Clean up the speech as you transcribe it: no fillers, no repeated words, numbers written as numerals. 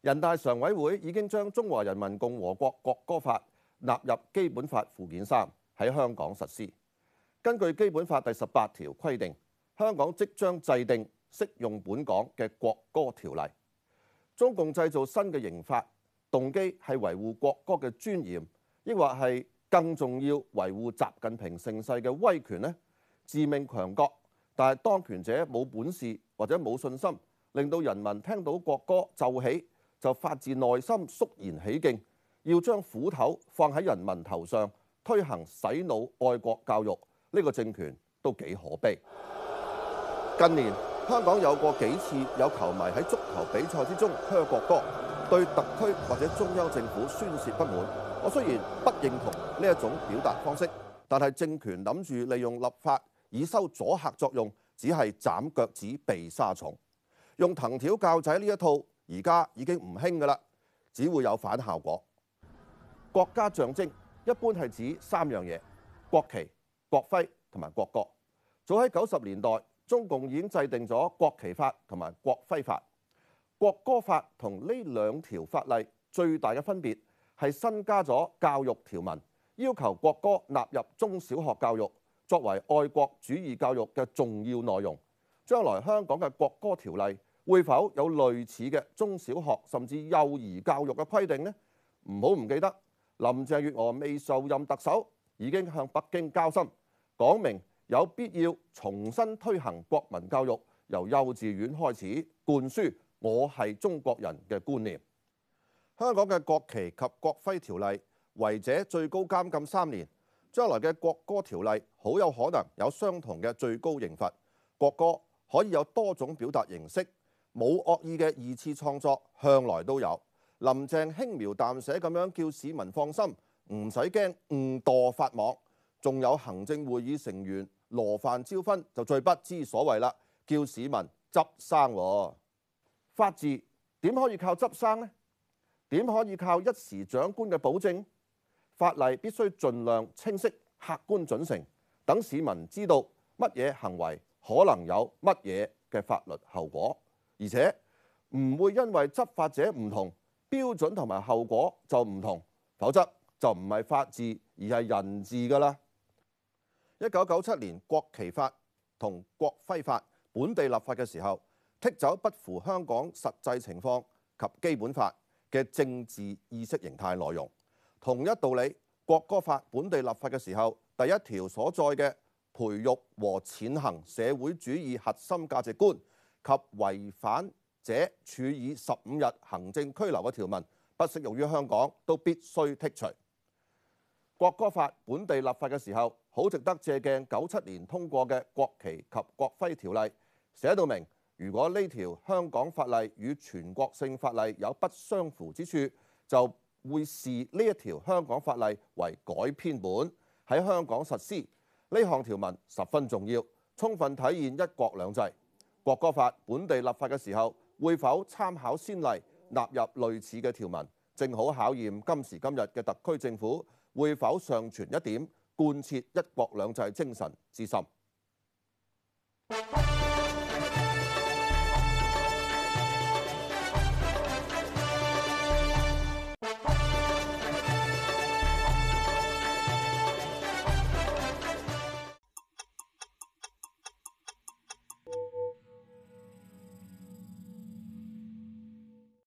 人大常委會已經將《中華人民共和國國歌法》納入基本法附件3，喺香港實施。根據基本法第18條規定，香港即將制定適用本港嘅國歌條例。中共製造新嘅刑法，動機係維護國歌嘅尊嚴，抑或係更重要維護習近平盛世嘅威權呢？自命強國，但係當權者冇本事或者冇信心，令到人民聽到國歌奏起就發自內心肅然起敬，要將斧頭放喺人民頭上，推行洗腦愛國教育，呢個政權都幾可悲。近年香港有過幾次有球迷喺足球比賽之中唱國歌，對特區或者中央政府宣泄不滿。我雖然不認同呢一種表達方式，但係政權諗住利用立法以收阻嚇作用，只係斬腳趾避沙蟲。用藤條教仔呢一套，而家已經唔興㗎啦，只會有反效果。國家象徵一般係指3樣嘢：國旗、國徽同埋國歌。早喺90年代，中共已經制定咗國旗法同埋國徽法。國歌法同呢2條法例最大嘅分別係新加咗教育條文，要求國歌納入中小學教育，作為愛國主義教育嘅重要內容。將來香港嘅國歌條例會否有類似嘅中小學甚至幼兒教育嘅規定呢？唔好唔記得，林鄭月娥未受任特首已經向北京交心，講明有必要重新推行國民教育，由幼稚園開始灌輸我係中國人嘅觀念。香港嘅國旗及國徽條例違者最高監禁3年，將來嘅國歌條例好有可能有相同嘅最高刑罰。國歌可以有多種表達形式，冇惡意嘅2次創作向來都有。林鄭輕描淡寫咁樣叫市民放心，唔使驚誤墮法網。仲有行政會議成員羅范椒芬就最不知所謂啦，叫市民執生喎。法治點可以靠執生呢？點可以靠一時長官嘅保證？法例必須盡量清晰、客觀準繩，等市民知道乜嘢行為可能有乜嘢嘅法律後果，而且唔會因為執法者唔同，標準同埋後果就唔同，否則就唔係法治而係人治㗎啦。1997年國旗法同國徽法本地立法嘅時候，剔走不符香港實際情況及基本法嘅政治意識形態內容。同一道理，國歌法本地立法嘅時候，第1條所在嘅培育和踐行社會主義核心價值觀及違反者處以15日行政拘留嘅條文，不適用於香港，都必須剔除。國歌法本地立法嘅時候，好值得借鏡97年通過嘅國旗及國徽條例，寫到明，如果呢條香港法例與全國性法例有不相符之處，就會視呢一條香港法例為改編本，喺香港實施。呢項條文十分重要，充分體現一國兩制。國歌法本地立法嘅時候，會否參考先例，納入類似嘅條文，正好考驗今時今日嘅特區政府會否上傳一點貫徹一國兩制精神之心。